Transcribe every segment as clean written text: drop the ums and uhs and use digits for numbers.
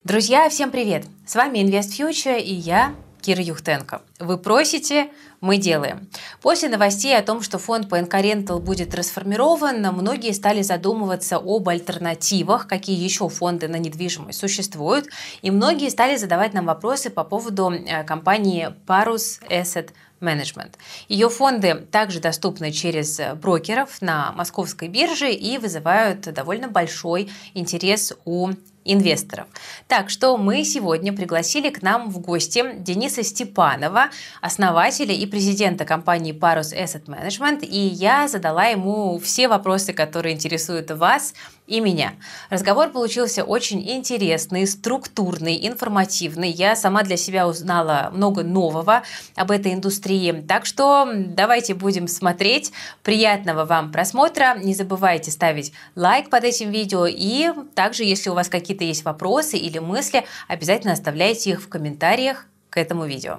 Друзья, всем привет! С вами InvestFuture и я, Кира Юхтенко. Вы просите, мы делаем. После новостей о том, что фонд по Rental будет трансформирован, многие стали задумываться об альтернативах, какие еще фонды на недвижимость существуют, и многие стали задавать нам вопросы по поводу компании Parus Asset Management. Ее фонды также доступны через брокеров на московской бирже и вызывают довольно большой интерес у инвесторов. Так что мы сегодня пригласили к нам в гости Дениса Степанова, основателя и президента компании Parus Asset Management, и я задала ему все вопросы, которые интересуют вас и меня. Разговор получился очень интересный, структурный, информативный. Я сама для себя узнала много нового об этой индустрии. Так что давайте будем смотреть. Приятного вам просмотра. Не забывайте ставить лайк под этим видео. И также, если у вас какие-то есть вопросы или мысли, обязательно оставляйте их в комментариях к этому видео.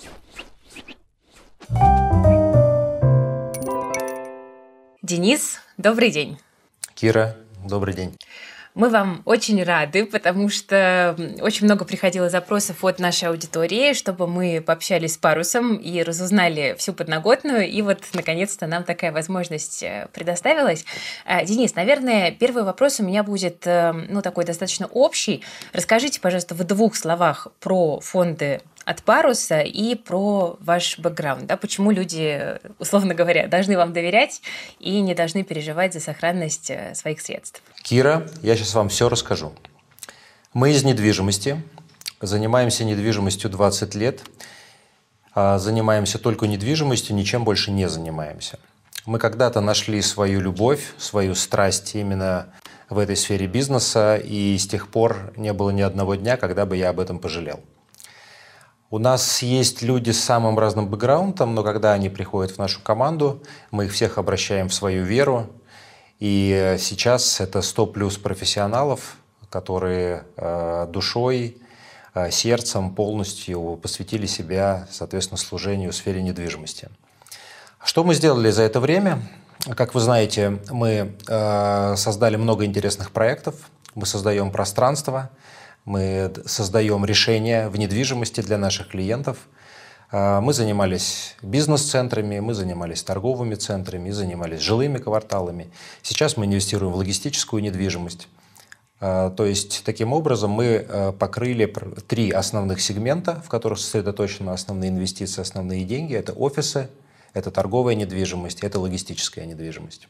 Денис, добрый день. Кира, добрый день. Мы вам очень рады, потому что очень много приходило запросов от нашей аудитории, чтобы мы пообщались с Парусом и разузнали всю подноготную, и вот, наконец-то, нам такая возможность предоставилась. Денис, наверное, первый вопрос у меня будет, такой достаточно общий. Расскажите, пожалуйста, в двух словах про фонды от Паруса и про ваш бэкграунд, да, почему люди, условно говоря, должны вам доверять и не должны переживать за сохранность своих средств. Кира, я сейчас вам все расскажу. Мы из недвижимости, занимаемся недвижимостью 20 лет, занимаемся только недвижимостью, ничем больше не занимаемся. Мы когда-то нашли свою любовь, свою страсть именно в этой сфере бизнеса, и с тех пор не было ни одного дня, когда бы я об этом пожалел. У нас есть люди с самым разным бэкграундом, но когда они приходят в нашу команду, мы их всех обращаем в свою веру. И сейчас это 100 плюс профессионалов, которые душой, сердцем полностью посвятили себя, соответственно, служению в сфере недвижимости. Что мы сделали за это время? Как вы знаете, мы создали много интересных проектов, мы создаем пространство, мы создаем решения в недвижимости для наших клиентов. Мы занимались бизнес-центрами, мы занимались торговыми центрами, занимались жилыми кварталами. Сейчас мы инвестируем в логистическую недвижимость. То есть, таким образом, мы покрыли 3 основных сегмента, в которых сосредоточены основные инвестиции, основные деньги. Это офисы, это торговая недвижимость, это логистическая недвижимость.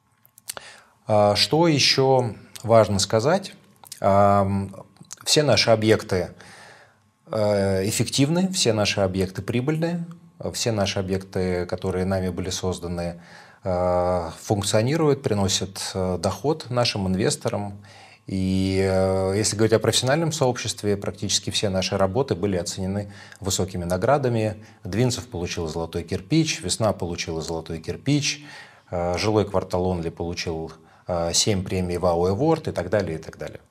Что еще важно сказать? Все наши объекты эффективны, все наши объекты прибыльные, все наши объекты, которые нами были созданы, функционируют, приносят доход нашим инвесторам. И если говорить о профессиональном сообществе, практически все наши работы были оценены высокими наградами. Двинцев получил золотой кирпич, Весна получила золотой кирпич, жилой квартал Онли получил 7 премий Wow Award и так далее, и так далее.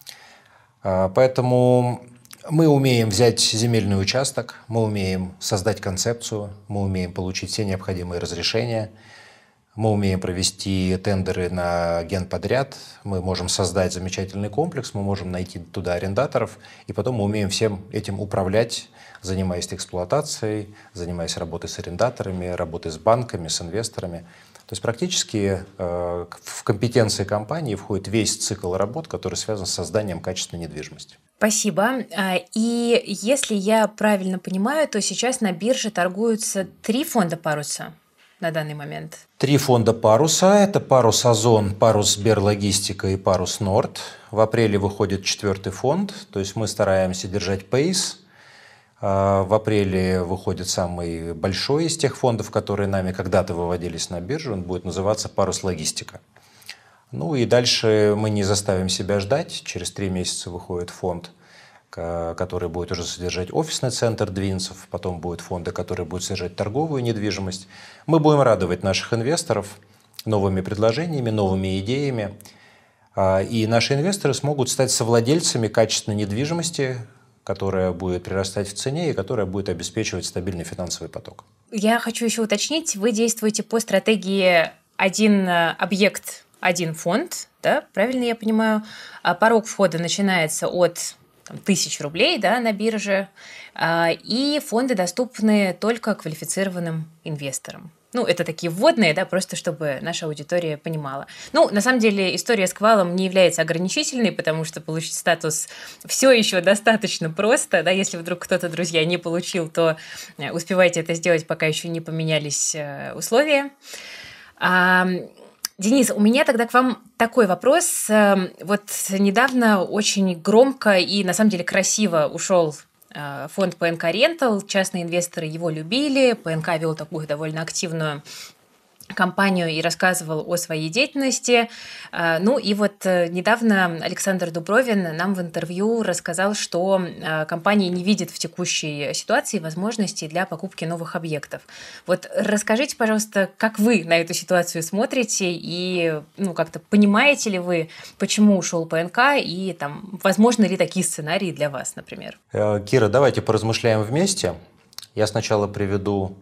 Поэтому мы умеем взять земельный участок, мы умеем создать концепцию, мы умеем получить все необходимые разрешения, мы умеем провести тендеры на генподряд, мы можем создать замечательный комплекс, мы можем найти туда арендаторов, и потом мы умеем всем этим управлять, занимаясь эксплуатацией, занимаясь работой с арендаторами, работой с банками, с инвесторами. То есть практически в компетенции компании входит весь цикл работ, который связан с созданием качественной недвижимости. Спасибо. И если я правильно понимаю, то сейчас на бирже торгуются 3 фонда Паруса на данный момент. 3 фонда Паруса. Это Парус Озон, Парус Сберлогистика и Парус Норд. В апреле выходит 4-й фонд, то есть мы стараемся держать пейс. В апреле выходит самый большой из тех фондов, которые нами когда-то выводились на биржу. Он будет называться Парус Логистика. Ну и дальше мы не заставим себя ждать. Через 3 месяца выходит фонд, который будет уже содержать офисный центр Двинцев. Потом будут фонды, которые будут содержать торговую недвижимость. Мы будем радовать наших инвесторов новыми предложениями, новыми идеями. И наши инвесторы смогут стать совладельцами качественной недвижимости, которая будет прирастать в цене и которая будет обеспечивать стабильный финансовый поток. Я хочу еще уточнить, вы действуете по стратегии один объект, один фонд, да, правильно я понимаю? Порог входа начинается от 1000 рублей, да, на бирже, и фонды доступны только квалифицированным инвесторам. Ну, это такие вводные, да, просто чтобы наша аудитория понимала. Ну, на самом деле, история с квалом не является ограничительной, потому что получить статус все еще достаточно просто, да, если вдруг кто-то, друзья, не получил, то успевайте это сделать, пока еще не поменялись условия. Денис, у меня тогда к вам такой вопрос. Вот недавно очень громко и, на самом деле, красиво ушел фонд ПНК Рентал. Частные инвесторы его любили. ПНК вел такую довольно активную компанию и рассказывал о своей деятельности. Ну и вот недавно Александр Дубровин нам в интервью рассказал, что компания не видит в текущей ситуации возможностей для покупки новых объектов. Вот расскажите, пожалуйста, как вы на эту ситуацию смотрите и как-то понимаете ли вы, почему ушел ПНК и там, возможны ли такие сценарии для вас, например? Кира, давайте поразмышляем вместе. Я сначала приведу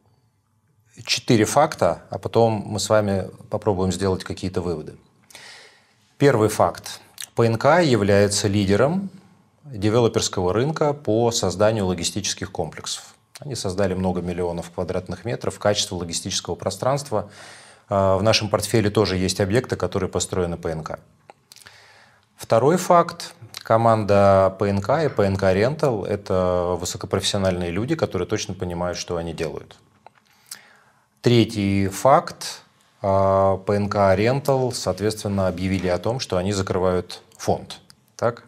4 факта, а потом мы с вами попробуем сделать какие-то выводы. Первый факт. ПНК является лидером девелоперского рынка по созданию логистических комплексов. Они создали много миллионов квадратных метров качества логистического пространства. В нашем портфеле тоже есть объекты, которые построены ПНК. Второй факт. Команда ПНК и ПНК Рентал – это высокопрофессиональные люди, которые точно понимают, что они делают. Третий факт. ПНК Рентал, соответственно, объявили о том, что они закрывают фонд. Так?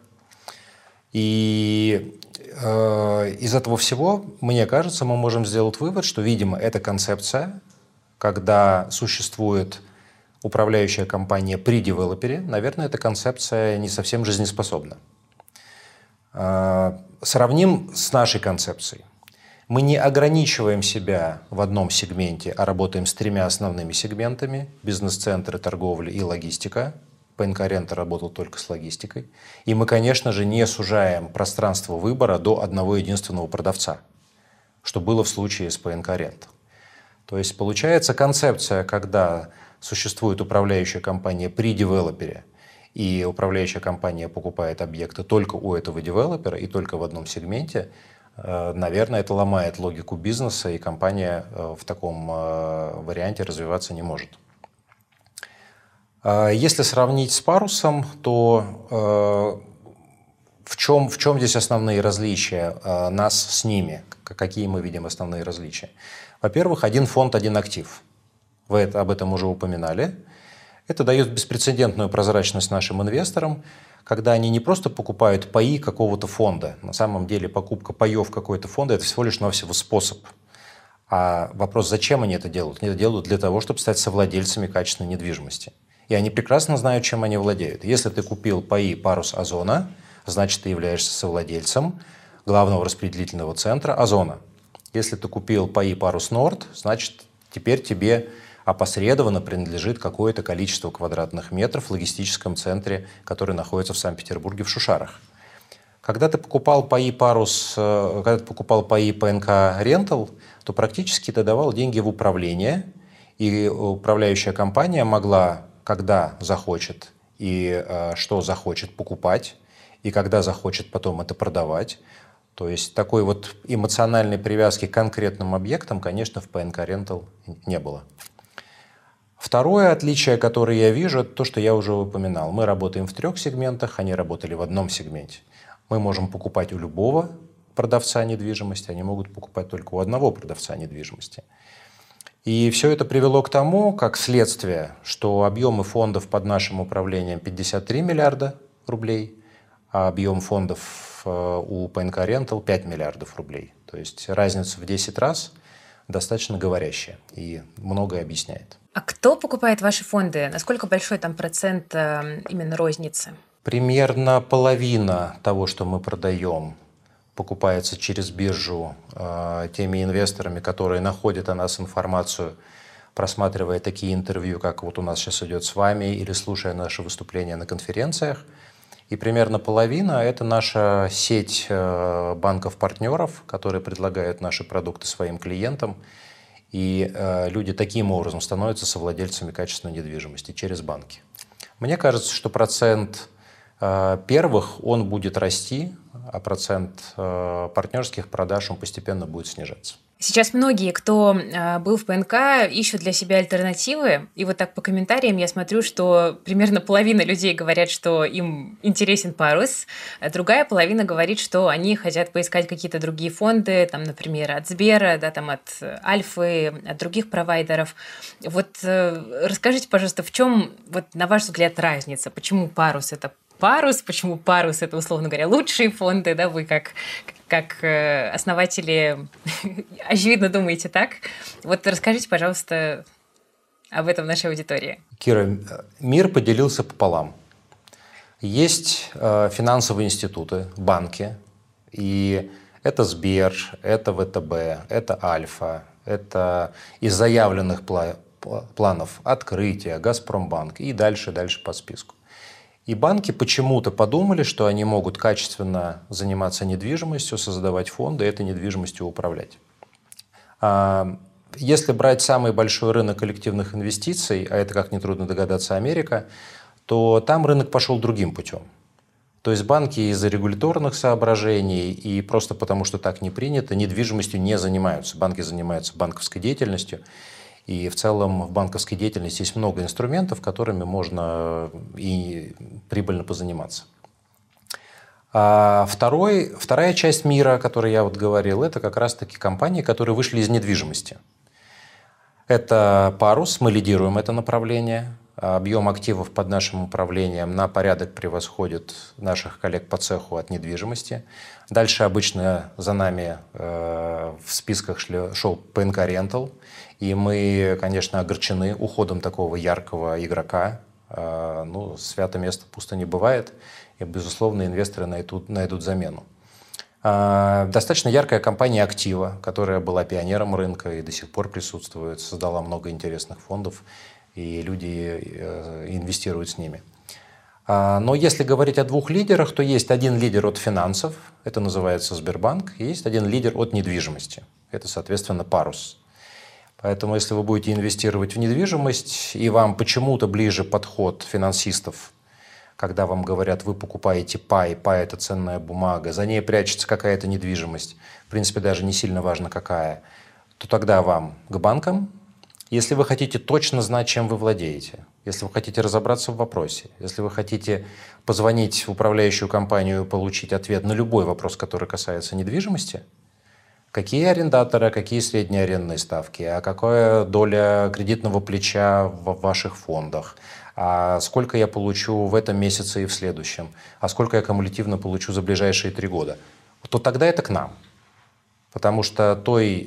И из этого всего, мне кажется, мы можем сделать вывод, что, видимо, эта концепция, когда существует управляющая компания при девелопере, наверное, эта концепция не совсем жизнеспособна. Сравним с нашей концепцией. Мы не ограничиваем себя в одном сегменте, а работаем с 3 основными сегментами – бизнес-центры, торговля и логистика. ПНК Рентал работал только с логистикой. И мы, конечно же, не сужаем пространство выбора до одного единственного продавца, что было в случае с ПНК Рентал. То есть получается концепция, когда существует управляющая компания при девелопере, и управляющая компания покупает объекты только у этого девелопера и только в одном сегменте, наверное, это ломает логику бизнеса, и компания в таком варианте развиваться не может. Если сравнить с парусом, то в чем здесь основные различия нас с ними? Какие мы видим основные различия? Во-первых, один фонд, один актив. Вы об этом уже упоминали. Это дает беспрецедентную прозрачность нашим инвесторам, когда они не просто покупают паи какого-то фонда. На самом деле покупка паев какой-то фонда – это всего лишь навсего способ. А вопрос, зачем они это делают? Они это делают для того, чтобы стать совладельцами качественной недвижимости. И они прекрасно знают, чем они владеют. Если ты купил паи Парус Озона, значит, ты являешься совладельцем главного распределительного центра Озона. Если ты купил паи Парус Норд, значит, теперь тебе опосредованно принадлежит какое-то количество квадратных метров в логистическом центре, который находится в Санкт-Петербурге в Шушарах. Когда ты покупал паи ПНК Рентал, то практически ты давал деньги в управление, и управляющая компания могла, когда захочет и что захочет, покупать, и когда захочет потом это продавать. То есть такой вот эмоциональной привязки к конкретным объектам, конечно, в ПНК Рентал не было. Второе отличие, которое я вижу, это то, что я уже упоминал. Мы работаем в 3 сегментах, они работали в одном сегменте. Мы можем покупать у любого продавца недвижимости, они могут покупать только у одного продавца недвижимости. И все это привело к тому, как следствие, что объемы фондов под нашим управлением 53 миллиарда рублей, а объем фондов у ПНК Рентал 5 миллиардов рублей. То есть разница в 10 раз достаточно говорящая и многое объясняет. А кто покупает ваши фонды? Насколько большой там процент именно розницы? Примерно половина того, что мы продаем, покупается через биржу теми инвесторами, которые находят о нас информацию, просматривая такие интервью, как вот у нас сейчас идет с вами, или слушая наши выступления на конференциях. И примерно половина – это наша сеть банков-партнеров, которые предлагают наши продукты своим клиентам. И люди таким образом становятся совладельцами качественной недвижимости через банки. Мне кажется, что процент Первых он будет расти, а процент партнерских продаж он постепенно будет снижаться. Сейчас многие, кто был в ПНК, ищут для себя альтернативы. И вот так по комментариям я смотрю, что примерно половина людей говорят, что им интересен парус, а другая половина говорит, что они хотят поискать какие-то другие фонды, там, например, от Сбера, да, там, от Альфы, от других провайдеров. Вот расскажите, пожалуйста, в чем, вот, на ваш взгляд, разница? Почему парус – это парус, почему парус – это, условно говоря, лучшие фонды, да, вы как основатели, очевидно, думаете так. Вот расскажите, пожалуйста, об этом нашей аудитории. Кира, мир поделился пополам. Есть финансовые институты, банки, и это Сбер, это ВТБ, это Альфа, это из заявленных планов Открытие, Газпромбанк и дальше по списку. И банки почему-то подумали, что они могут качественно заниматься недвижимостью, создавать фонды и этой недвижимостью управлять. Если брать самый большой рынок коллективных инвестиций, а это, как нетрудно догадаться, Америка, то там рынок пошел другим путем. То есть банки из-за регуляторных соображений и просто потому, что так не принято, недвижимостью не занимаются. Банки занимаются банковской деятельностью. И в целом в банковской деятельности есть много инструментов, которыми можно и прибыльно позаниматься. Вторая часть мира, о которой я вот говорил, это как раз-таки компании, которые вышли из недвижимости. Это парус, мы лидируем это направление. Объем активов под нашим управлением на порядок превосходит наших коллег по цеху от недвижимости. Дальше обычно за нами в списках шел ПНК Рентал. И мы, конечно, огорчены уходом такого яркого игрока. Ну, свято место пусто не бывает. И, безусловно, инвесторы найдут замену. Достаточно яркая компания «Актива», которая была пионером рынка и до сих пор присутствует, создала много интересных фондов, и люди инвестируют с ними. Но если говорить о двух лидерах, то есть один лидер от финансов, это называется Сбербанк, и есть один лидер от недвижимости, это, соответственно, парус. Поэтому, если вы будете инвестировать в недвижимость, и вам почему-то ближе подход финансистов, когда вам говорят, вы покупаете пай, пай – это ценная бумага, за ней прячется какая-то недвижимость, в принципе, даже не сильно важно какая, то тогда вам к банкам. Если вы хотите точно знать, чем вы владеете, если вы хотите разобраться в вопросе, если вы хотите позвонить в управляющую компанию и получить ответ на любой вопрос, который касается недвижимости, какие арендаторы, какие средние арендные ставки, а какая доля кредитного плеча в ваших фондах, а сколько я получу в этом месяце и в следующем, а сколько я кумулятивно получу за ближайшие 3 года, то тогда это к нам. Потому что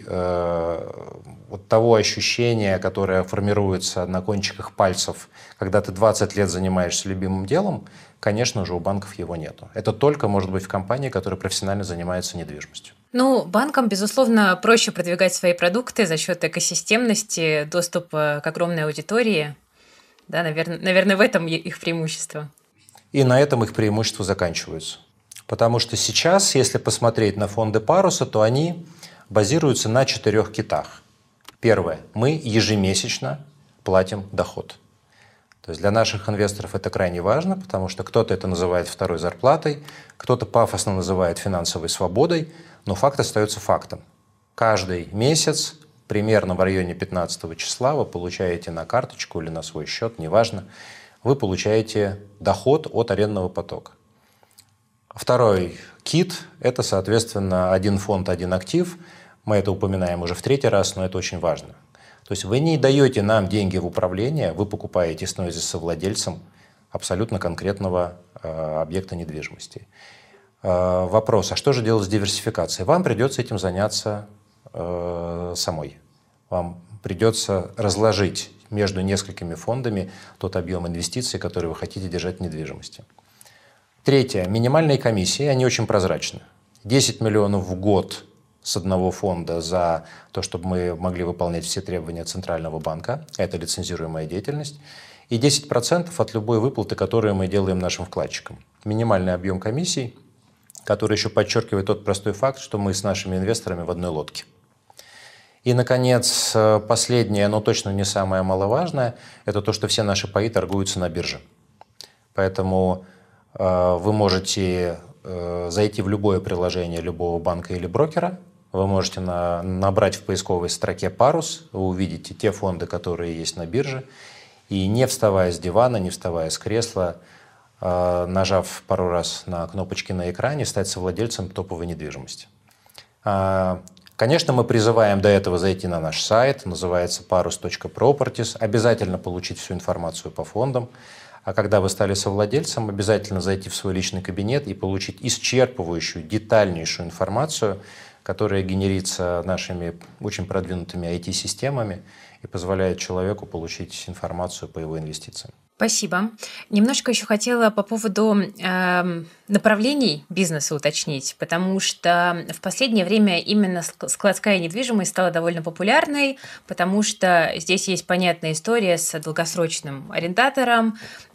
того ощущения, которое формируется на кончиках пальцев, когда ты 20 лет занимаешься любимым делом, конечно же, у банков его нету. Это только может быть в компании, которая профессионально занимается недвижимостью. Ну, банкам, безусловно, проще продвигать свои продукты за счет экосистемности, доступа к огромной аудитории. Да, наверное, в этом их преимущество. И на этом их преимущества заканчиваются. Потому что сейчас, если посмотреть на фонды паруса, то они базируются на 4 китах. Первое. Мы ежемесячно платим доход. То есть для наших инвесторов это крайне важно, потому что кто-то это называет второй зарплатой, кто-то пафосно называет финансовой свободой, но факт остается фактом. Каждый месяц, примерно в районе 15 числа, вы получаете на карточку или на свой счет, неважно, вы получаете доход от арендного потока. Второй кит – это, соответственно, один фонд, один актив. Мы это упоминаем уже в 3-й раз, но это очень важно. То есть вы не даете нам деньги в управление, вы покупаете и становитесь совладельцем абсолютно конкретного объекта недвижимости. Вопрос, а что же делать с диверсификацией? Вам придется этим заняться самой. Вам придется разложить между несколькими фондами тот объем инвестиций, который вы хотите держать в недвижимости. Третье. Минимальные комиссии, они очень прозрачны. 10 миллионов в год с одного фонда за то, чтобы мы могли выполнять все требования Центрального банка. Это лицензируемая деятельность. И 10% от любой выплаты, которую мы делаем нашим вкладчикам. Минимальный объем комиссий, который еще подчеркивает тот простой факт, что мы с нашими инвесторами в одной лодке. И, наконец, последнее, но точно не самое маловажное, это то, что все наши паи торгуются на бирже. Поэтому Вы можете зайти в любое приложение любого банка или брокера. Вы можете набрать в поисковой строке «Парус», вы увидите те фонды, которые есть на бирже, и не вставая с дивана, не вставая с кресла, нажав пару раз на кнопочки на экране, стать совладельцем топовой недвижимости. Конечно, мы призываем до этого зайти на наш сайт, называется parus.properties, обязательно получить всю информацию по фондам. А когда вы стали совладельцем, обязательно зайти в свой личный кабинет и получить исчерпывающую, детальнейшую информацию, которая генерится нашими очень продвинутыми IT-системами и позволяет человеку получить информацию по его инвестициям. Спасибо. Немножко еще хотела по поводу направлений бизнеса уточнить, потому что в последнее время именно складская недвижимость стала довольно популярной, потому что здесь есть понятная история с долгосрочным арендатором,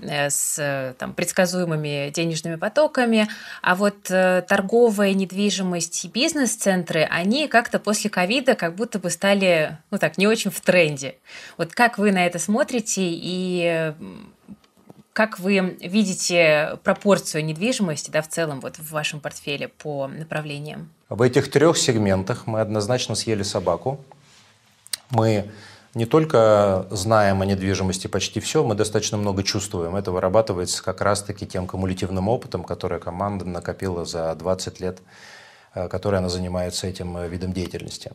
с предсказуемыми денежными потоками, а вот торговая недвижимость и бизнес-центры, они как-то после ковида как будто бы стали, не очень в тренде. Вот как вы на это смотрите и как вы видите пропорцию недвижимости, в целом в вашем портфеле по направлениям? В этих 3 сегментах мы однозначно съели собаку. Мы не только знаем о недвижимости почти все, мы достаточно много чувствуем. Это вырабатывается как раз-таки тем кумулятивным опытом, который команда накопила за 20 лет, который она занимается этим видом деятельности.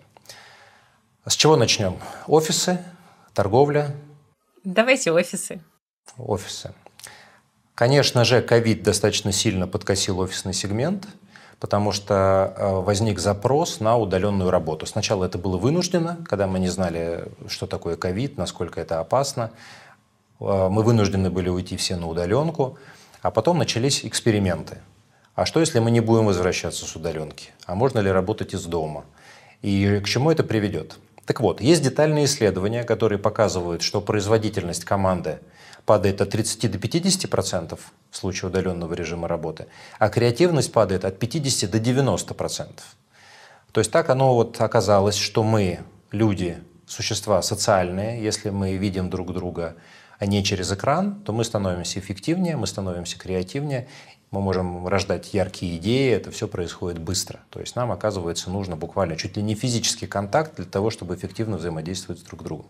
С чего начнем? Офисы, торговля? Давайте офисы. Офисы. Конечно же, ковид достаточно сильно подкосил офисный сегмент, потому что возник запрос на удаленную работу. Сначала это было вынуждено, когда мы не знали, что такое ковид, насколько это опасно. Мы вынуждены были уйти все на удаленку, а потом начались эксперименты. А что, если мы не будем возвращаться с удаленки? А можно ли работать из дома? И к чему это приведет? Так вот, есть детальные исследования, которые показывают, что производительность команды падает от 30 до 50% в случае удаленного режима работы, а креативность падает от 50 до 90%. То есть так оно оказалось, что мы, люди, существа социальные, если мы видим друг друга не через экран, то мы становимся эффективнее, мы становимся креативнее, мы можем рождать яркие идеи, это все происходит быстро. То есть нам, оказывается, нужно буквально чуть ли не физический контакт для того, чтобы эффективно взаимодействовать друг с другом.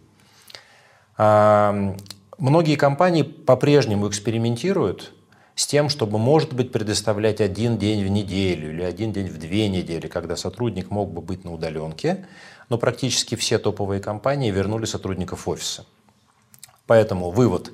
Многие компании по-прежнему экспериментируют с тем, чтобы, может быть, предоставлять 1 день в неделю или 1 день в 2 недели, когда сотрудник мог бы быть на удаленке, но практически все топовые компании вернули сотрудников в офисы. Поэтому вывод.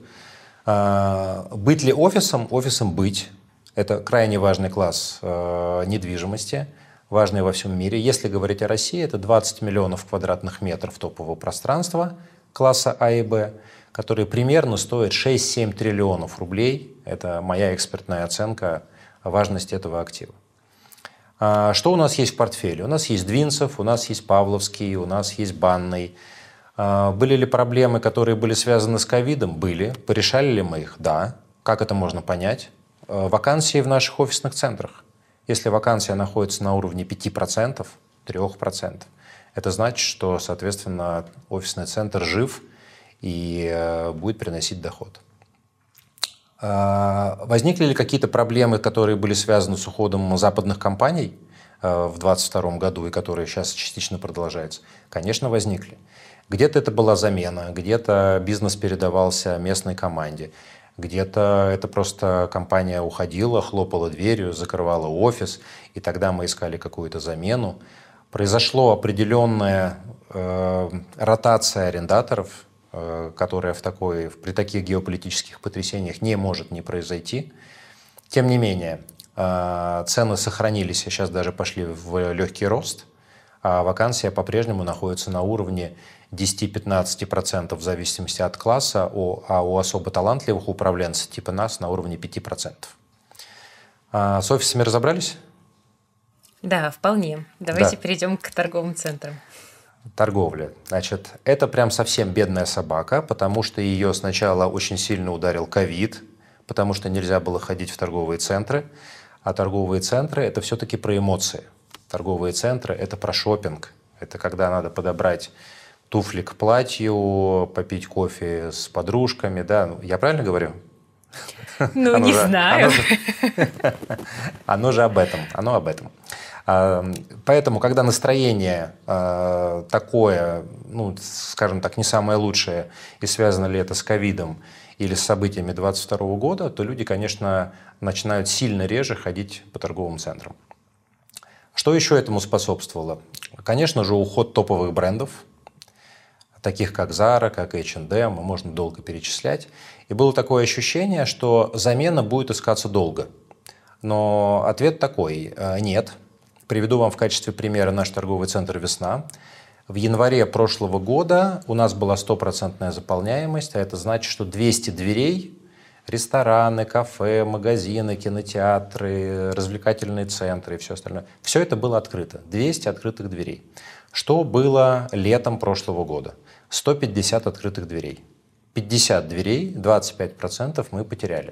Быть ли офисом? Офисом быть. Это крайне важный класс недвижимости, важный во всем мире. Если говорить о России, это 20 миллионов квадратных метров топового пространства класса А и Б, которые примерно стоят 6-7 триллионов рублей. Это моя экспертная оценка важности этого актива. Что у нас есть в портфеле? У нас есть Двинцев, у нас есть Павловский, у нас есть Банный. Были ли проблемы, которые были связаны с ковидом? Были. Порешали ли мы их? Да. Как это можно понять? Вакансии в наших офисных центрах. Если вакансия находится на уровне 5%, 3%, это значит, что, соответственно, офисный центр жив и будет приносить доход. Возникли ли какие-то проблемы, которые были связаны с уходом западных компаний в 2022 году и которые сейчас частично продолжаются? Конечно, возникли. Где-то это была замена, где-то бизнес передавался местной команде, где-то это просто компания уходила, хлопала дверью, закрывала офис, и тогда мы искали какую-то замену. Произошла определенная ротация арендаторов, которая при таких геополитических потрясениях не может не произойти. Тем не менее, цены сохранились, а сейчас даже пошли в легкий рост, а вакансия по-прежнему находится на уровне 10-15% в зависимости от класса, а у особо талантливых управленцев типа нас на уровне 5%. С офисами разобрались? Да, вполне. Давайте перейдем к торговым центрам. Торговля. Значит, это прям совсем бедная собака, потому что ее сначала очень сильно ударил ковид, потому что нельзя было ходить в торговые центры, а торговые центры – это все-таки про эмоции. Торговые центры – это про шопинг, это когда надо подобрать туфли к платью, попить кофе с подружками, да? Я правильно говорю? Ну, не знаю. Оно же об этом. Оно об этом. Поэтому, когда настроение такое, ну, скажем так, не самое лучшее, и связано ли это с ковидом или с событиями 2022 года, то люди, конечно, начинают сильно реже ходить по торговым центрам. Что еще этому способствовало? Конечно же, уход топовых брендов, таких как Zara, как H&M, можно долго перечислять. И было такое ощущение, что замена будет искаться долго. Но ответ такой – нет. Приведу вам в качестве примера наш торговый центр «Весна». В январе прошлого года у нас была 100% заполняемость, а это значит, что 200 дверей – рестораны, кафе, магазины, кинотеатры, развлекательные центры и все остальное – все это было открыто. 200 открытых дверей. Что было летом прошлого года? 150 открытых дверей. 50 дверей, 25% мы потеряли.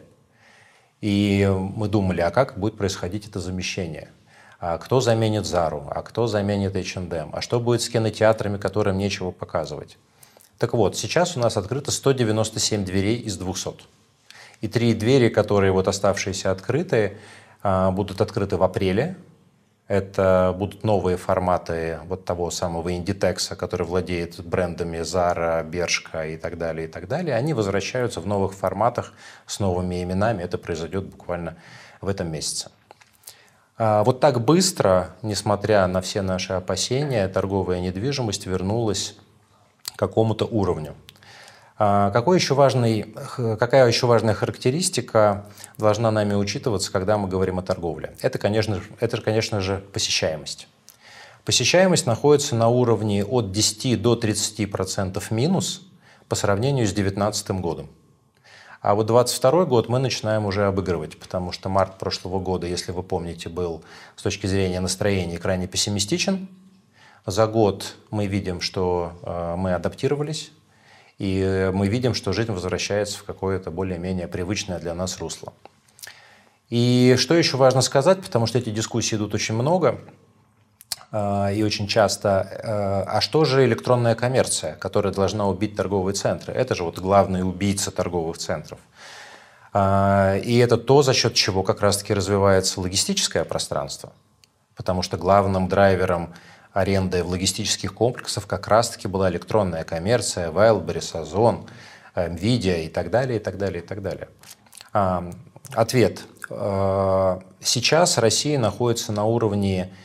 И мы думали, а как будет происходить это замещение? А кто заменит Зару? А кто заменит H&M? А что будет с кинотеатрами, которым нечего показывать? Так вот, сейчас у нас открыто 197 дверей из 200. И 3 двери, которые вот оставшиеся открытые, будут открыты в апреле. Это будут новые форматы вот того самого Inditex, который владеет брендами Zara, Bershka и так далее, и так далее. Они возвращаются в новых форматах с новыми именами. Это произойдет буквально в этом месяце. Вот так быстро, несмотря на все наши опасения, торговая недвижимость вернулась к какому-то уровню. Какая еще важная характеристика должна нами учитываться, когда мы говорим о торговле? Это, конечно же, посещаемость. Посещаемость находится на уровне от 10 до 30% минус по сравнению с 2019 годом. А вот 2022 год мы начинаем уже обыгрывать, потому что март прошлого года, если вы помните, был с точки зрения настроения крайне пессимистичен. За год мы видим, что мы адаптировались. И мы видим, что жизнь возвращается в какое-то более-менее привычное для нас русло. И что еще важно сказать, потому что эти дискуссии идут очень много и очень часто. А что же электронная коммерция, которая должна убить торговые центры? Это же вот главный убийца торговых центров. И это то, за счет чего как раз-таки развивается логистическое пространство. Потому что главным драйвером аренды в логистических комплексах как раз-таки была электронная коммерция, Wildberries, Озон, Nvidia и так далее, и так далее, и так далее. Ответ. Сейчас Россия находится на уровне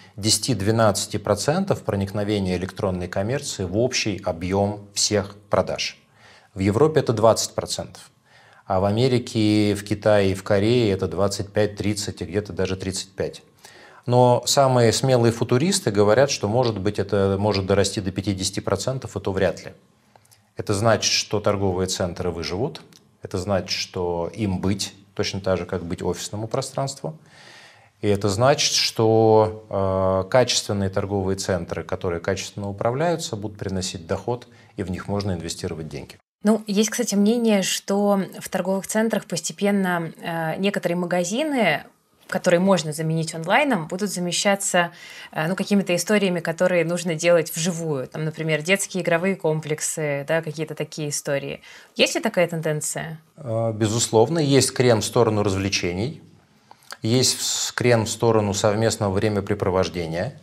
10-12% проникновения электронной коммерции в общий объем всех продаж. В Европе это 20%, а в Америке, в Китае и в Корее это 25-30 и где-то даже 35%. Но самые смелые футуристы говорят, что, может быть, это может дорасти до 50%, и то вряд ли. Это значит, что торговые центры выживут, это значит, что им быть, точно так же, как быть офисному пространству. И это значит, что качественные торговые центры, которые качественно управляются, будут приносить доход, и в них можно инвестировать деньги. Ну, есть, кстати, мнение, что в торговых центрах постепенно некоторые магазины, которые можно заменить онлайном, будут замещаться какими-то историями, которые нужно делать вживую. Там, например, детские игровые комплексы, да, какие-то такие истории. Есть ли такая тенденция? Безусловно. Есть крен в сторону развлечений, есть крен в сторону совместного времяпрепровождения,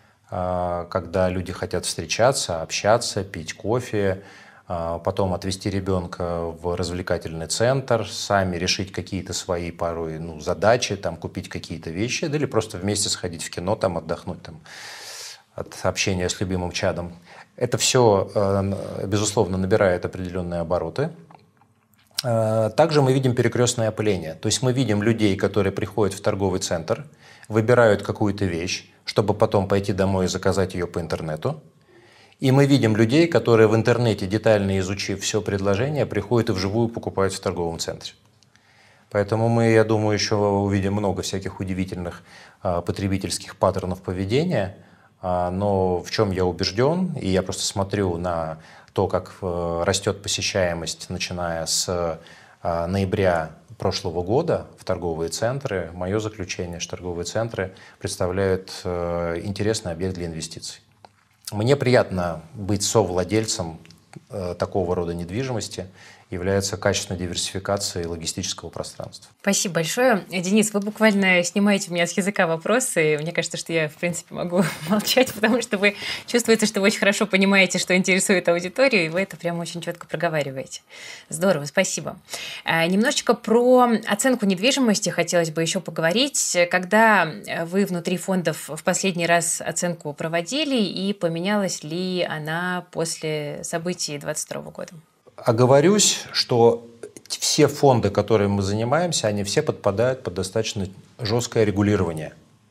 когда люди хотят встречаться, общаться, пить кофе, потом отвезти ребенка в развлекательный центр, сами решить какие-то свои порой задачи, там, купить какие-то вещи, да, или просто вместе сходить в кино, там, отдохнуть там, от общения с любимым чадом. Это все, безусловно, набирает определенные обороты. Также мы видим перекрестное опыление. То есть мы видим людей, которые приходят в торговый центр, выбирают какую-то вещь, чтобы потом пойти домой и заказать ее по интернету. И мы видим людей, которые в интернете, детально изучив все предложение, приходят и вживую покупают в торговом центре. Поэтому мы, я думаю, еще увидим много всяких удивительных потребительских паттернов поведения. Но в чем я убежден, и я просто смотрю на то, как растет посещаемость, начиная с ноября прошлого года в торговые центры, мое заключение, что торговые центры представляют интересный объект для инвестиций. Мне приятно быть совладельцем такого рода недвижимости. является качественной диверсификацией логистического пространства. Спасибо большое. Денис, вы буквально снимаете у меня с языка вопросы. Мне кажется, что я, в принципе, могу молчать, потому что вы чувствуете, что вы очень хорошо понимаете, что интересует аудиторию, и вы это прямо очень четко проговариваете. Здорово, спасибо. Немножечко про оценку недвижимости хотелось бы еще поговорить. Когда вы внутри фондов в последний раз оценку проводили, и поменялась ли она после событий 2022 года? Оговорюсь, что все фонды, которыми мы занимаемся, они все подпадают под достаточно жесткое регулирование.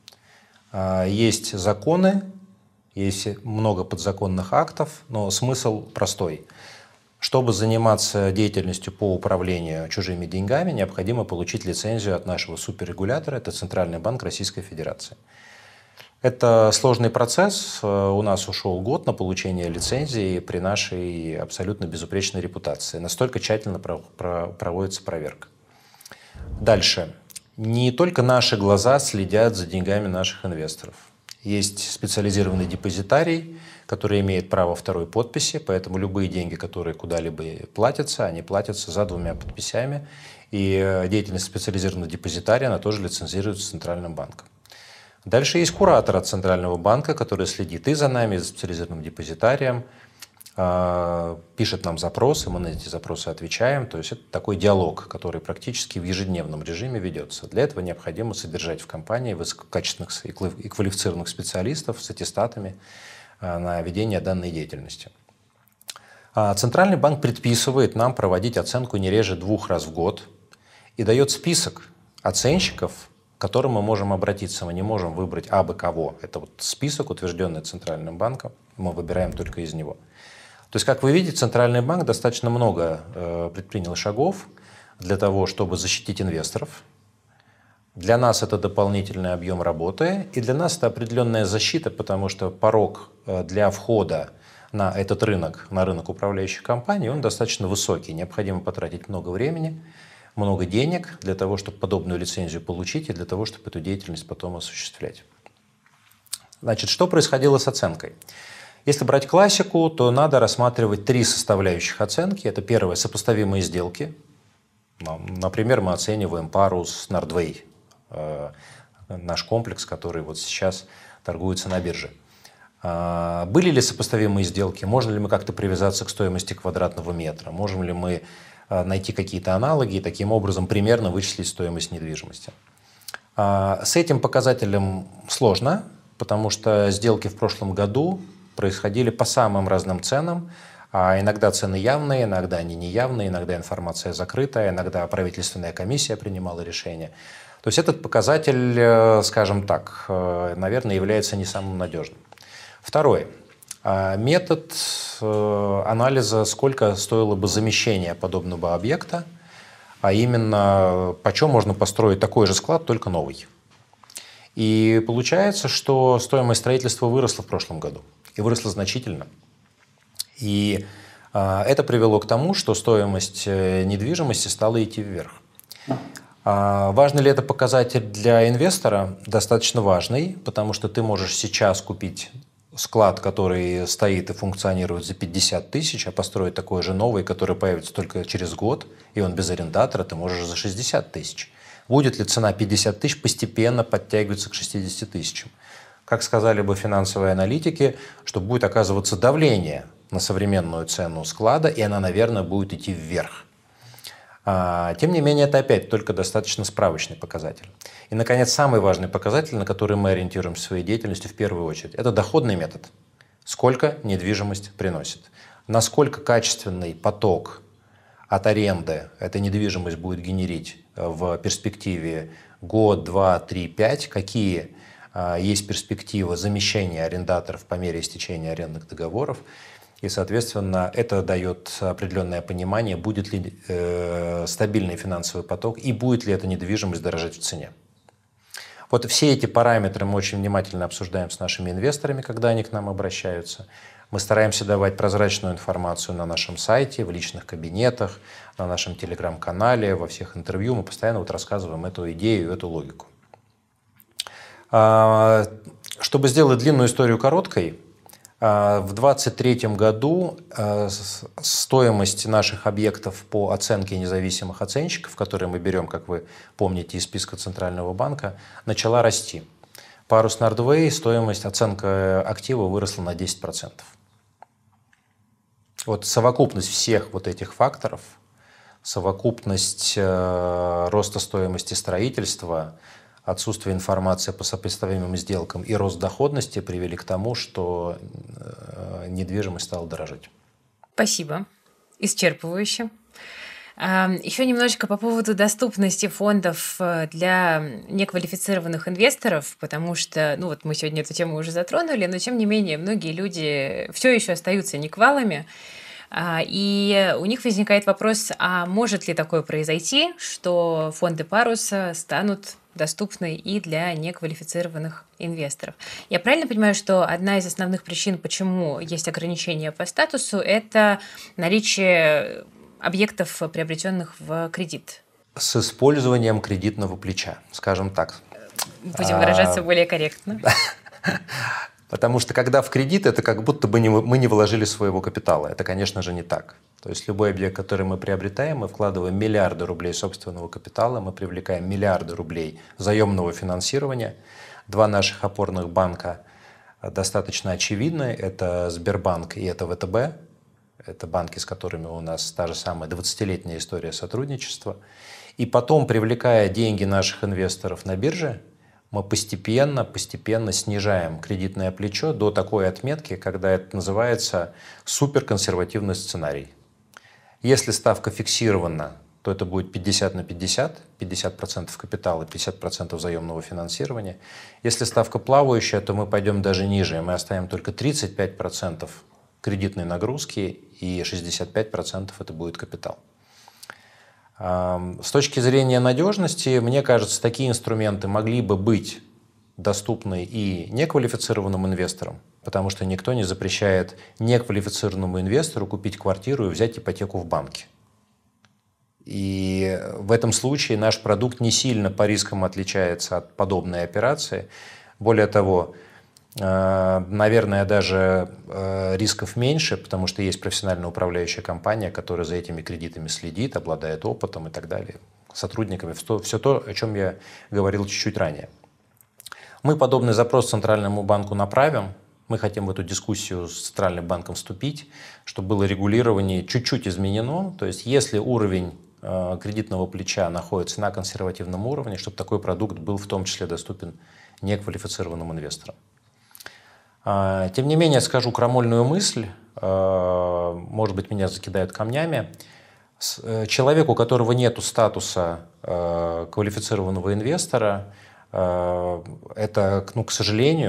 Есть законы, есть много подзаконных актов, но смысл простой. Чтобы заниматься деятельностью по управлению чужими деньгами, необходимо получить лицензию от нашего суперрегулятора, это Центральный банк Российской Федерации. Это сложный процесс. У нас ушел год на получение лицензии при нашей абсолютно безупречной репутации. Настолько тщательно проводится проверка. Дальше. Не только наши глаза следят за деньгами наших инвесторов. Есть специализированный депозитарий, который имеет право второй подписи, поэтому любые деньги, которые куда-либо платятся, они платятся за 2 подписями. И деятельность специализированного депозитария, она тоже лицензируется Центральным банком. Дальше есть куратор от Центрального банка, который следит и за нами, и за специализированным депозитарием, пишет нам запросы, мы на эти запросы отвечаем. То есть это такой диалог, который практически в ежедневном режиме ведется. Для этого необходимо содержать в компании высококачественных и квалифицированных специалистов с аттестатами на ведение данной деятельности. Центральный банк предписывает нам проводить оценку не реже 2 раз в год и дает список оценщиков, к которым мы можем обратиться. Мы не можем выбрать абы кого. Это вот список, утвержденный Центральным банком. Мы выбираем только из него. То есть, как вы видите, Центральный банк достаточно много предпринял шагов для того, чтобы защитить инвесторов. Для нас это дополнительный объем работы, и для нас это определенная защита, потому что порог для входа на этот рынок, на рынок управляющих компаний, он достаточно высокий. Необходимо потратить много времени, много денег для того, чтобы подобную лицензию получить и для того, чтобы эту деятельность потом осуществлять. Значит, что происходило с оценкой? Если брать классику, то надо рассматривать 3 составляющих оценки. Это первое – сопоставимые сделки. Например, мы оцениваем пару с Nordway, наш комплекс, который вот сейчас торгуется на бирже. Были ли сопоставимые сделки? Можно ли мы как-то привязаться к стоимости квадратного метра? Можем ли мы найти какие-то аналоги и таким образом примерно вычислить стоимость недвижимости? С этим показателем сложно, потому что сделки в прошлом году происходили по самым разным ценам. Иногда цены явные, иногда они неявные, иногда информация закрытая, иногда правительственная комиссия принимала решение. То есть этот показатель, скажем так, наверное, является не самым надежным. Второе. Метод анализа, сколько стоило бы замещение подобного объекта, а именно, почем можно построить такой же склад, только новый. И получается, что стоимость строительства выросла в прошлом году. И выросла значительно. И это привело к тому, что стоимость недвижимости стала идти вверх. Важный ли это показатель для инвестора? Достаточно важный, потому что ты можешь сейчас купить склад, который стоит и функционирует за 50 тысяч, а построить такой же новый, который появится только через год, и он без арендатора, ты можешь за 60 тысяч. Будет ли цена 50 тысяч постепенно подтягиваться к 60 тысячам? Как сказали бы финансовые аналитики, что будет оказываться давление на современную цену склада, и она, наверное, будет идти вверх. Тем не менее, это опять только достаточно справочный показатель. И, наконец, самый важный показатель, на который мы ориентируемся в своей деятельности в первую очередь, это доходный метод. Сколько недвижимость приносит. Насколько качественный поток от аренды эта недвижимость будет генерить в перспективе год, 2, 3, 5, какие есть перспективы замещения арендаторов по мере истечения арендных договоров. И, соответственно, это дает определенное понимание, будет ли стабильный финансовый поток и будет ли эта недвижимость дорожать в цене. Вот все эти параметры мы очень внимательно обсуждаем с нашими инвесторами, когда они к нам обращаются. Мы стараемся давать прозрачную информацию на нашем сайте, в личных кабинетах, на нашем телеграм-канале, во всех интервью. Мы постоянно рассказываем эту идею, эту логику. Чтобы сделать длинную историю короткой, В 2023 году стоимость наших объектов по оценке независимых оценщиков, которые мы берем, как вы помните, из списка Центрального банка, начала расти. Парус Nordway, стоимость, оценка актива выросла на 10%. Вот совокупность всех вот этих факторов, совокупность роста стоимости строительства, отсутствие информации по сопоставимым сделкам и рост доходности привели к тому, что недвижимость стала дорожать. Спасибо. Исчерпывающе. Еще немножечко по поводу доступности фондов для неквалифицированных инвесторов, потому что, ну вот мы сегодня эту тему уже затронули, но тем не менее многие люди все еще остаются неквалами, и у них возникает вопрос, а может ли такое произойти, что фонды Паруса станут доступны и для неквалифицированных инвесторов. Я правильно понимаю, что одна из основных причин, почему есть ограничения по статусу, это наличие объектов, приобретенных в кредит? С использованием кредитного плеча, скажем так. Будем выражаться более корректно. Потому что когда в кредит, это как будто бы мы не вложили своего капитала. Это, конечно же, не так. То есть любой объект, который мы приобретаем, мы вкладываем миллиарды рублей собственного капитала, мы привлекаем миллиарды рублей заемного финансирования. Два наших опорных банка достаточно очевидны. Это Сбербанк и это ВТБ. Это банки, с которыми у нас та же самая 20-летняя история сотрудничества. И потом, привлекая деньги наших инвесторов на бирже, мы постепенно снижаем кредитное плечо до такой отметки, когда это называется суперконсервативный сценарий. Если ставка фиксирована, то это будет 50 на 50, 50% капитала, 50% заемного финансирования. Если ставка плавающая, то мы пойдем даже ниже, и мы оставим только 35% кредитной нагрузки, и 65% это будет капитал. С точки зрения надежности, мне кажется, такие инструменты могли бы быть доступны и неквалифицированным инвесторам, потому что никто не запрещает неквалифицированному инвестору купить квартиру и взять ипотеку в банке. И в этом случае наш продукт не сильно по рискам отличается от подобной операции. Более того, наверное, даже рисков меньше, потому что есть профессиональная управляющая компания, которая за этими кредитами следит, обладает опытом и так далее, сотрудниками. Все то, о чем я говорил чуть-чуть ранее. Мы подобный запрос Центральному банку направим. Мы хотим в эту дискуссию с Центральным банком вступить, чтобы было регулирование чуть-чуть изменено. То есть если уровень кредитного плеча находится на консервативном уровне, чтобы такой продукт был в том числе доступен неквалифицированным инвесторам. Тем не менее, скажу крамольную мысль, может быть, меня закидают камнями. Человеку, у которого нет статуса квалифицированного инвестора, это, к сожалению,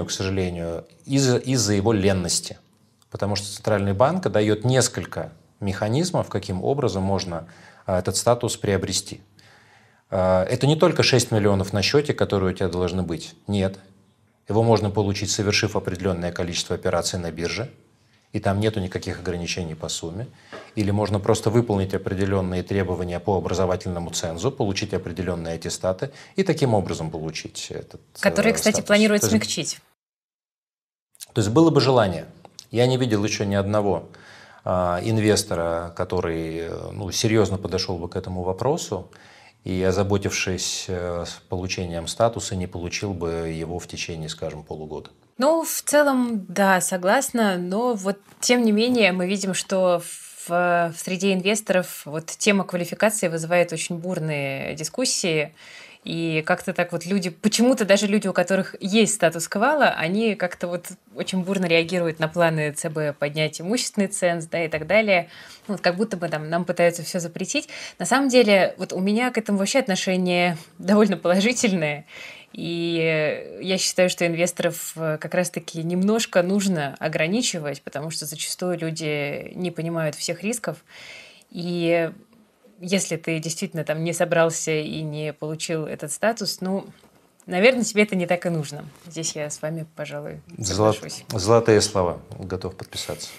из-за его ленности. Потому что Центральный банк дает несколько механизмов, каким образом можно этот статус приобрести. Это не только 6 миллионов на счете, которые у тебя должны быть. Нет. Его можно получить, совершив определенное количество операций на бирже, и там нету никаких ограничений по сумме. Или можно просто выполнить определенные требования по образовательному цензу, получить определенные аттестаты и таким образом получить этот Которые, кстати, статус. планируют смягчить. То есть было бы желание. Я не видел еще ни одного инвестора, который серьезно подошел бы к этому вопросу и, озаботившись получением статуса, не получил бы его в течение, скажем, полугода. Ну, в целом, да, согласна, но вот тем не менее мы видим, что в среде инвесторов вот тема квалификации вызывает очень бурные дискуссии, и как-то так вот люди, почему-то даже люди, у которых есть статус квала, они как-то вот очень бурно реагируют на планы ЦБ поднять имущественный ценз, да, и так далее. Вот как будто бы там нам пытаются все запретить. На самом деле, вот у меня к этому вообще отношение довольно положительное. И я считаю, что инвесторов как раз-таки немножко нужно ограничивать, потому что зачастую люди не понимают всех рисков. И если ты действительно там не собрался и не получил этот статус, наверное, тебе это не так и нужно. Здесь я с вами, пожалуй, соглашусь. Золотые слова. Готов подписаться.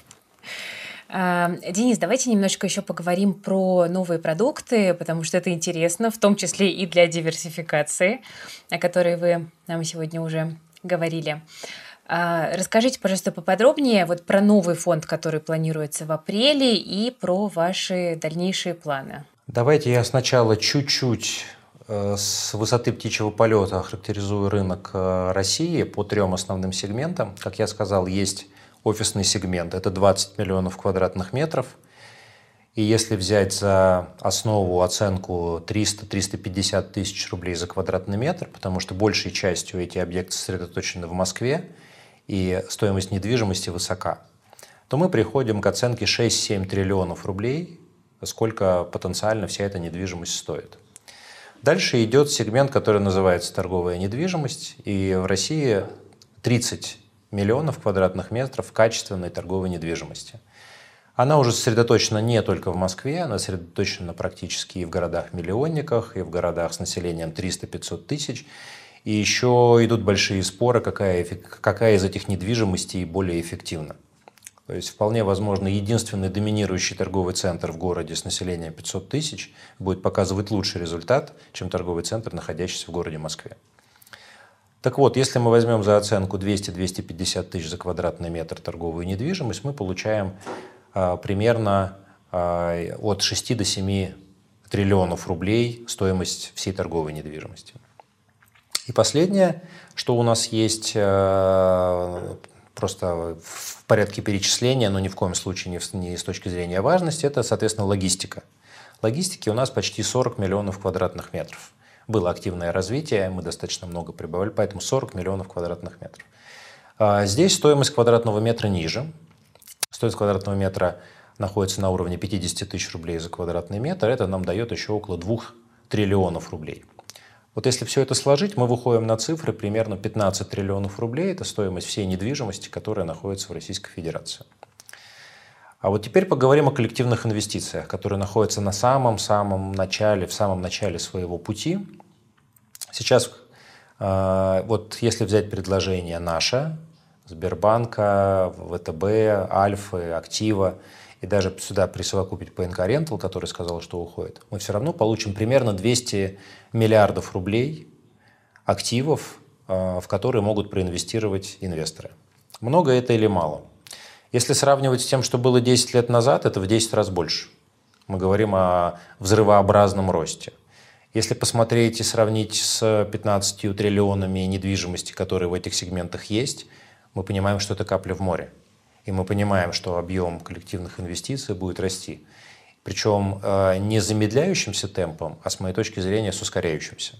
Денис, давайте немножко еще поговорим про новые продукты, потому что это интересно, в том числе и для диверсификации, о которой вы нам сегодня уже говорили. Расскажите, пожалуйста, поподробнее вот про новый фонд, который планируется в апреле, и про ваши дальнейшие планы. Давайте я сначала чуть-чуть с высоты птичьего полета охарактеризую рынок России по 3 основным сегментам. Как я сказал, есть офисный сегмент, это 20 миллионов квадратных метров. И если взять за основу оценку 300-350 тысяч рублей за квадратный метр, потому что большей частью эти объекты сосредоточены в Москве, и стоимость недвижимости высока, то мы приходим к оценке 6-7 триллионов рублей, сколько потенциально вся эта недвижимость стоит. Дальше идет сегмент, который называется торговая недвижимость, и в России 30 миллионов квадратных метров качественной торговой недвижимости. Она уже сосредоточена не только в Москве, она сосредоточена практически и в городах-миллионниках, и в городах с населением 300-500 тысяч. И еще идут большие споры, какая из этих недвижимостей более эффективна. То есть вполне возможно, единственный доминирующий торговый центр в городе с населением 500 тысяч будет показывать лучший результат, чем торговый центр, находящийся в городе Москве. Так вот, если мы возьмем за оценку 200-250 тысяч за квадратный метр торговую недвижимость, мы получаем примерно от 6 до 7 триллионов рублей стоимость всей торговой недвижимости. И последнее, что у нас есть просто в порядке перечисления, но ни в коем случае не с точки зрения важности, это, соответственно, логистика. Логистики у нас почти 40 миллионов квадратных метров. Было активное развитие, мы достаточно много прибавили, поэтому 40 миллионов квадратных метров. Здесь стоимость квадратного метра ниже. Стоимость квадратного метра находится на уровне 50 тысяч рублей за квадратный метр. Это нам дает еще около 2 триллионов рублей. Вот если все это сложить, мы выходим на цифры примерно 15 триллионов рублей. Это стоимость всей недвижимости, которая находится в Российской Федерации. А вот теперь поговорим о коллективных инвестициях, которые находятся на самом начале, в самом начале своего пути. Сейчас, вот если взять предложение наше, Сбербанка, ВТБ, Альфы, Актива, и даже сюда присовокупить ПНК Рентал, который сказал, что уходит, мы все равно получим примерно 200 миллиардов рублей активов, в которые могут проинвестировать инвесторы. Много это или мало? Если сравнивать с тем, что было 10 лет назад, это в 10 раз больше. Мы говорим о взрывообразном росте. Если посмотреть и сравнить с 15 триллионами недвижимости, которые в этих сегментах есть, мы понимаем, что это капля в море. И мы понимаем, что объем коллективных инвестиций будет расти. Причем не замедляющимся темпом, а с моей точки зрения с ускоряющимся.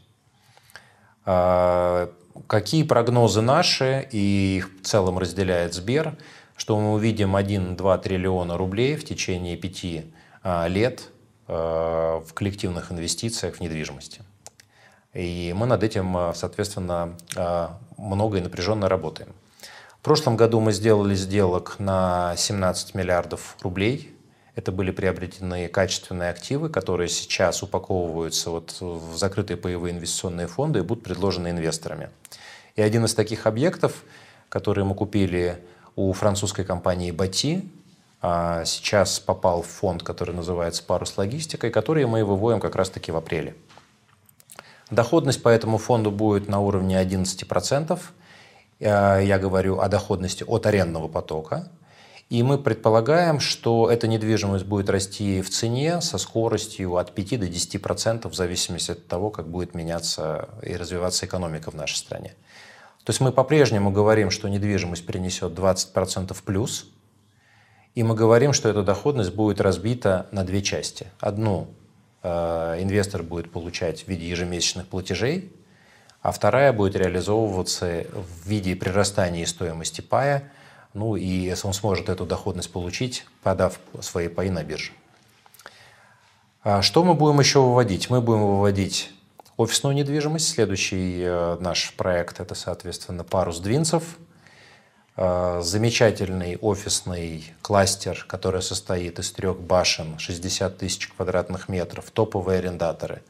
Какие прогнозы наши, и их в целом разделяет Сбер, что мы увидим 1-2 триллиона рублей в течение 5 лет в коллективных инвестициях в недвижимости. И мы над этим, соответственно, много и напряженно работаем. В прошлом году мы сделали сделок на 17 миллиардов рублей. Это были приобретены качественные активы, которые сейчас упаковываются в закрытые паевые инвестиционные фонды и будут предложены инвесторами. И один из таких объектов, который мы купили у французской компании Bati, сейчас попал в фонд, который называется «Парус Логистика», и который мы выводим как раз-таки в апреле. Доходность по этому фонду будет на уровне 11%. Я говорю о доходности от арендного потока. И мы предполагаем, что эта недвижимость будет расти в цене со скоростью от 5 до 10% в зависимости от того, как будет меняться и развиваться экономика в нашей стране. То есть мы по-прежнему говорим, что недвижимость принесет 20% плюс, и мы говорим, что эта доходность будет разбита на 2 части. Одну инвестор будет получать в виде ежемесячных платежей, а вторая будет реализовываться в виде прирастания стоимости пая, и если он сможет эту доходность получить, подав свои паи на бирже. Что мы будем еще выводить? Мы будем выводить офисную недвижимость. Следующий наш проект – это, соответственно, «Парус Двинцев». Замечательный офисный кластер, который состоит из 3 башен, 60 тысяч квадратных метров, топовые арендаторы.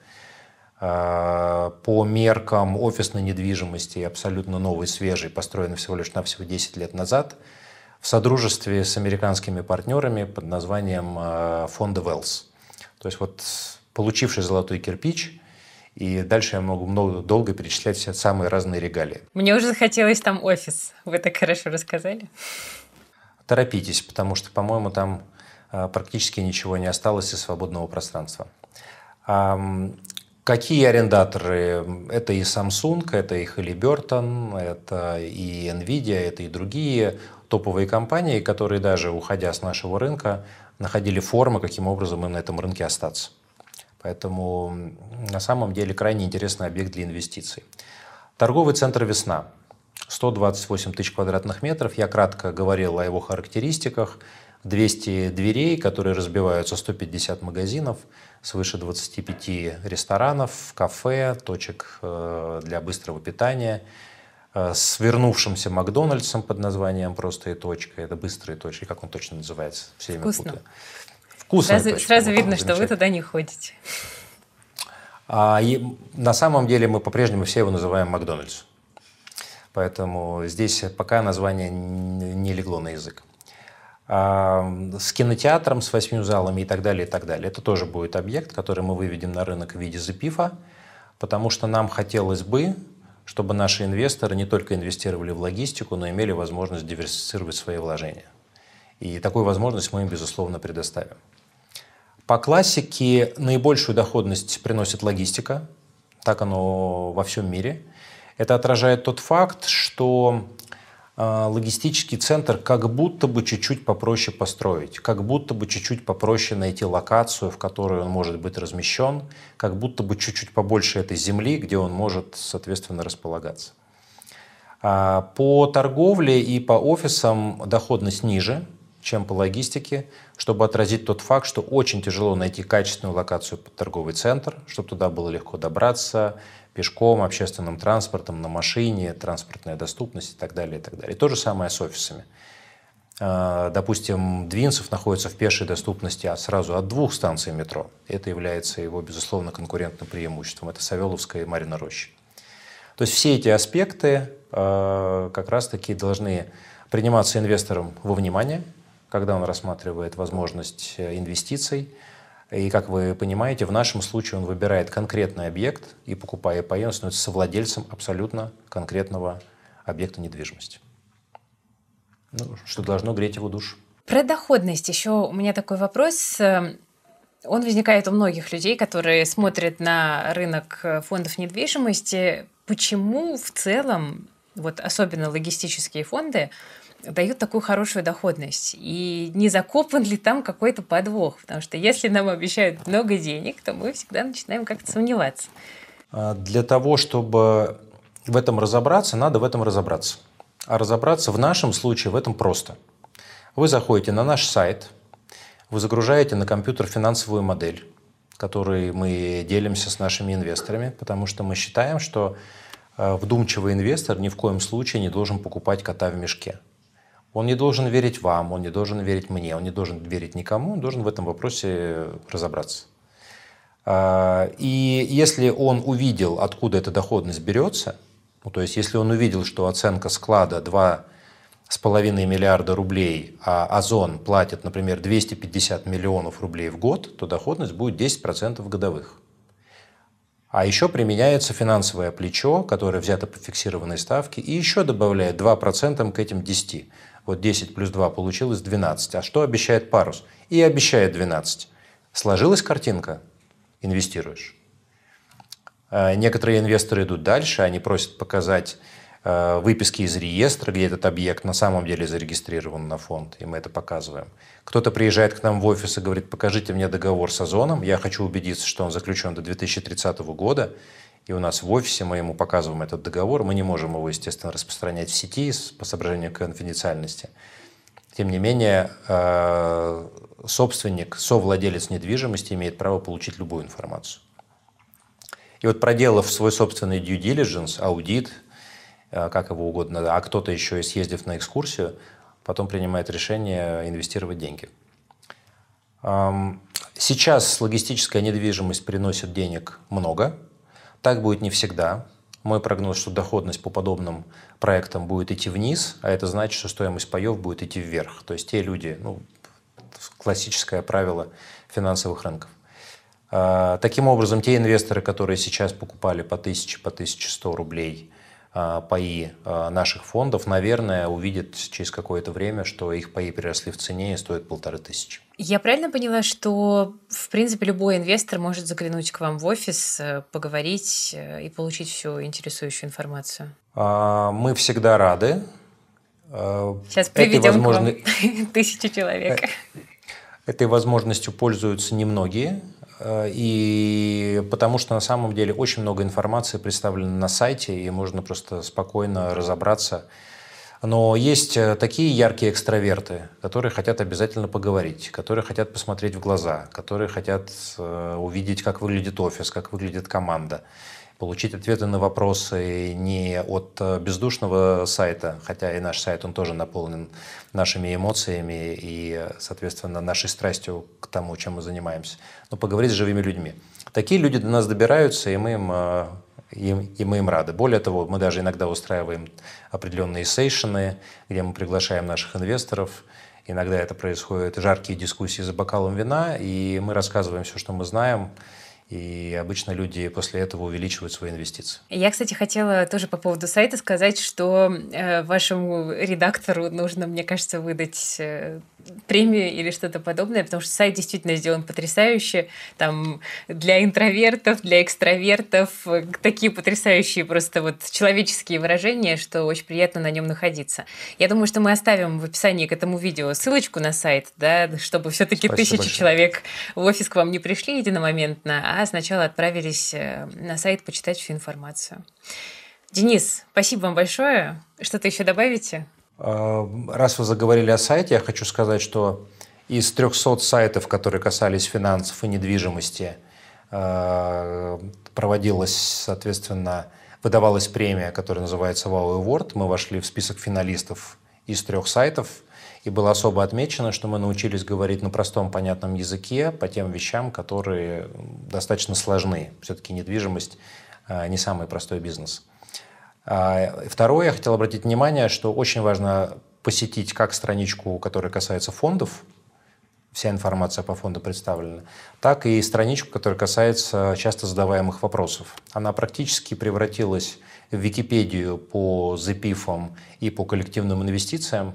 По меркам офисной недвижимости абсолютно новый, свежий, построенный всего лишь навсего 10 лет назад, в содружестве с американскими партнерами под названием фонда Wells. То есть получивший золотой кирпич И дальше я могу долго перечислять все самые разные регалии. Мне уже захотелось там офис. Вы так хорошо рассказали. Торопитесь, потому что, по-моему, там практически ничего не осталось из свободного пространства. Какие арендаторы? Это и Samsung, это и Halliburton, это и Nvidia, это и другие топовые компании, которые даже, уходя с нашего рынка, находили формы, каким образом им на этом рынке остаться. Поэтому на самом деле крайне интересный объект для инвестиций. Торговый центр «Весна». 128 тысяч квадратных метров. Я кратко говорил о его характеристиках. 200 дверей, которые разбиваются, 150 магазинов, свыше 25 ресторанов, кафе, точек для быстрого питания, с вернувшимся Макдональдсом под названием «Просто и точка». Это «Быстрые точки», как он точно называется? Все время путаю. Вкусная точка. Сразу видно, что вы туда не ходите. На самом деле мы по-прежнему все его называем «Макдональдс». Поэтому здесь пока название не легло на язык. С кинотеатром, с 8 залами и так далее, и так далее. Это тоже будет объект, который мы выведем на рынок в виде ЗПИФа, потому что нам хотелось бы, чтобы наши инвесторы не только инвестировали в логистику, но имели возможность диверсифицировать свои вложения. И такую возможность мы им, безусловно, предоставим. По классике наибольшую доходность приносит логистика. Так оно во всем мире. Это отражает тот факт, что логистический центр как будто бы чуть-чуть попроще построить, как будто бы чуть-чуть попроще найти локацию, в которой он может быть размещен, как будто бы чуть-чуть побольше этой земли, где он может, соответственно, располагаться. По торговле и по офисам доходность ниже, чем по логистике, чтобы отразить тот факт, что очень тяжело найти качественную локацию под торговый центр, чтобы туда было легко добраться, пешком, общественным транспортом, на машине, транспортная доступность и так далее, и так далее. И то же самое с офисами. Допустим, Двинцев находится в пешей доступности сразу от 2 станций метро. Это является его, безусловно, конкурентным преимуществом. Это Савеловская и Марьина Роща. То есть все эти аспекты как раз-таки должны приниматься инвестором во внимание, когда он рассматривает возможность инвестиций. И, как вы понимаете, в нашем случае он выбирает конкретный объект и, покупая ИП, он становится совладельцем абсолютно конкретного объекта недвижимости. Что должно греть его душу. Про доходность еще у меня такой вопрос. Он возникает у многих людей, которые смотрят на рынок фондов недвижимости. Почему в целом, вот особенно логистические фонды, дают такую хорошую доходность? И не закопан ли там какой-то подвох? Потому что если нам обещают много денег, то мы всегда начинаем как-то сомневаться. Для того, чтобы в этом разобраться, надо в этом разобраться. А разобраться в нашем случае в этом просто. Вы заходите на наш сайт, вы загружаете на компьютер финансовую модель, которой мы делимся с нашими инвесторами, потому что мы считаем, что вдумчивый инвестор ни в коем случае не должен покупать кота в мешке. Он не должен верить вам, он не должен верить мне, он не должен верить никому, он должен в этом вопросе разобраться. И если он увидел, откуда эта доходность берется, то есть если он увидел, что оценка склада 2,5 миллиарда рублей, а Озон платит, например, 250 миллионов рублей в год, то доходность будет 10% годовых. А еще применяется финансовое плечо, которое взято по фиксированной ставке, и еще добавляет 2% к этим 10. Вот 10 плюс 2 получилось 12. А что обещает парус? И обещает 12. Сложилась картинка? Инвестируешь. Некоторые инвесторы идут дальше, они просят показать выписки из реестра, где этот объект на самом деле зарегистрирован на фонд, и мы это показываем. Кто-то приезжает к нам в офис и говорит: покажите мне договор с Озоном, я хочу убедиться, что он заключен до 2030 года, и у нас в офисе мы ему показываем этот договор, мы не можем его, естественно, распространять в сети по соображению конфиденциальности. Тем не менее, собственник, совладелец недвижимости имеет право получить любую информацию. И вот, проделав свой собственный due diligence, аудит, как его угодно, а кто-то еще и съездив на экскурсию, потом принимает решение инвестировать деньги. Сейчас логистическая недвижимость приносит денег много. Так будет не всегда. Мой прогноз, что доходность по подобным проектам будет идти вниз, а это значит, что стоимость паев будет идти вверх. То есть те люди, классическое правило финансовых рынков. Таким образом, те инвесторы, которые сейчас покупали по 1000, по 1100 рублей паи наших фондов, наверное, увидят через какое-то время, что их паи переросли в цене и стоят 1500. Я правильно поняла, что, в принципе, любой инвестор может заглянуть к вам в офис, поговорить и получить всю интересующую информацию? Мы всегда рады. Сейчас приведем к вам 1000 человек. Этой возможностью пользуются немногие. И потому что на самом деле очень много информации представлено на сайте, и можно просто спокойно разобраться. Но есть такие яркие экстраверты, которые хотят обязательно поговорить, которые хотят посмотреть в глаза, которые хотят увидеть, как выглядит офис, как выглядит команда, получить ответы на вопросы не от бездушного сайта, хотя и наш сайт, он тоже наполнен нашими эмоциями и, соответственно, нашей страстью к тому, чем мы занимаемся, но поговорить с живыми людьми. Такие люди до нас добираются, и мы им рады. Более того, мы даже иногда устраиваем определенные сейшены, где мы приглашаем наших инвесторов. Иногда это происходят жаркие дискуссии за бокалом вина, и мы рассказываем все, что мы знаем. И обычно люди после этого увеличивают свои инвестиции. Я, кстати, хотела тоже по поводу сайта сказать, что вашему редактору нужно, мне кажется, выдать премию или что-то подобное, потому что сайт действительно сделан потрясающе. Там для интровертов, для экстравертов такие потрясающие просто вот человеческие выражения, что очень приятно на нем находиться. Я думаю, что мы оставим в описании к этому видео ссылочку на сайт, да, чтобы все-таки 1000 человек в офис к вам не пришли единомоментно, а сначала отправились на сайт почитать всю информацию. Денис, спасибо вам большое. Что-то еще добавите? Раз вы заговорили о сайте, я хочу сказать, что из 300 сайтов, которые касались финансов и недвижимости, проводилась, соответственно, выдавалась премия, которая называется Wow Award. Мы вошли в список финалистов из 3 сайтов. И было особо отмечено, что мы научились говорить на простом, понятном языке по тем вещам, которые достаточно сложны. Все-таки недвижимость не самый простой бизнес. Второе, я хотел обратить внимание, что очень важно посетить как страничку, которая касается фондов, вся информация по фонду представлена, так и страничку, которая касается часто задаваемых вопросов. Она практически превратилась в Википедию по ZPIF и по коллективным инвестициям.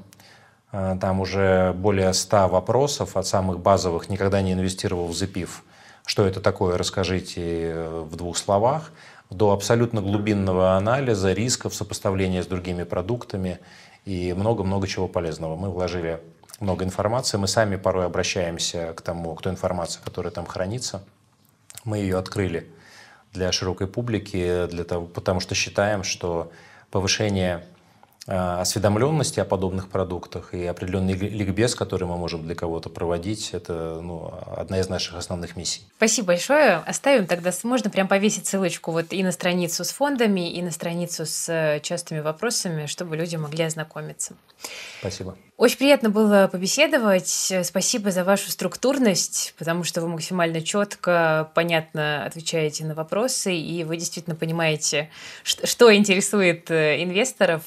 Там уже более 100 вопросов от самых базовых «никогда не инвестировал в ZPIF». Что это такое, расскажите в 2 словах, до абсолютно глубинного анализа рисков, сопоставления с другими продуктами и много-много чего полезного. Мы вложили много информации, мы сами порой обращаемся к тому, к той информации, которая там хранится. Мы ее открыли для широкой публики, потому что считаем, что повышение осведомленности о подобных продуктах и определенный ликбез, который мы можем для кого-то проводить, это одна из наших основных миссий. Спасибо большое. Оставим тогда, можно прям повесить ссылочку вот и на страницу с фондами, и на страницу с частыми вопросами, чтобы люди могли ознакомиться. Спасибо. Очень приятно было побеседовать. Спасибо за вашу структурность, потому что вы максимально четко, понятно отвечаете на вопросы, и вы действительно понимаете, что интересует инвесторов.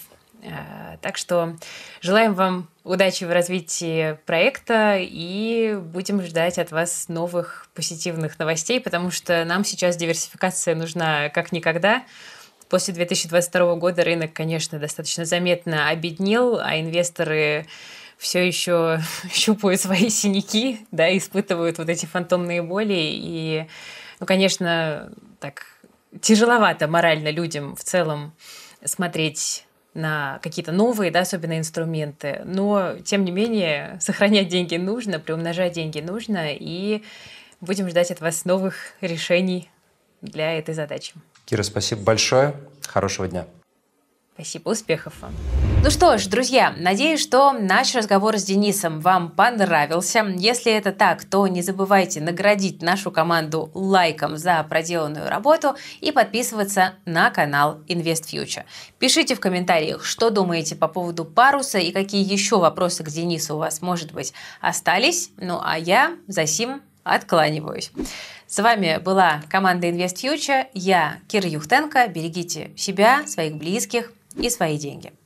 Так что желаем вам удачи в развитии проекта и будем ждать от вас новых позитивных новостей, потому что нам сейчас диверсификация нужна как никогда. После 2022 года рынок, конечно, достаточно заметно обеднел, а инвесторы все еще щупают свои синяки, да, испытывают вот эти фантомные боли. И, конечно, так тяжеловато морально людям в целом смотреть на какие-то новые, да, особенно инструменты. Но, тем не менее, сохранять деньги нужно, приумножать деньги нужно, и будем ждать от вас новых решений для этой задачи. Кира, спасибо большое. Хорошего дня. Спасибо, успехов вам. Ну что ж, друзья, надеюсь, что наш разговор с Денисом вам понравился. Если это так, то не забывайте наградить нашу команду лайком за проделанную работу и подписываться на канал InvestFuture. Пишите в комментариях, что думаете по поводу паруса и какие еще вопросы к Денису у вас, может быть, остались. Ну а я за сим откланиваюсь. С вами была команда InvestFuture. Я Кира Юхтенко. Берегите себя, своих близких и свои деньги.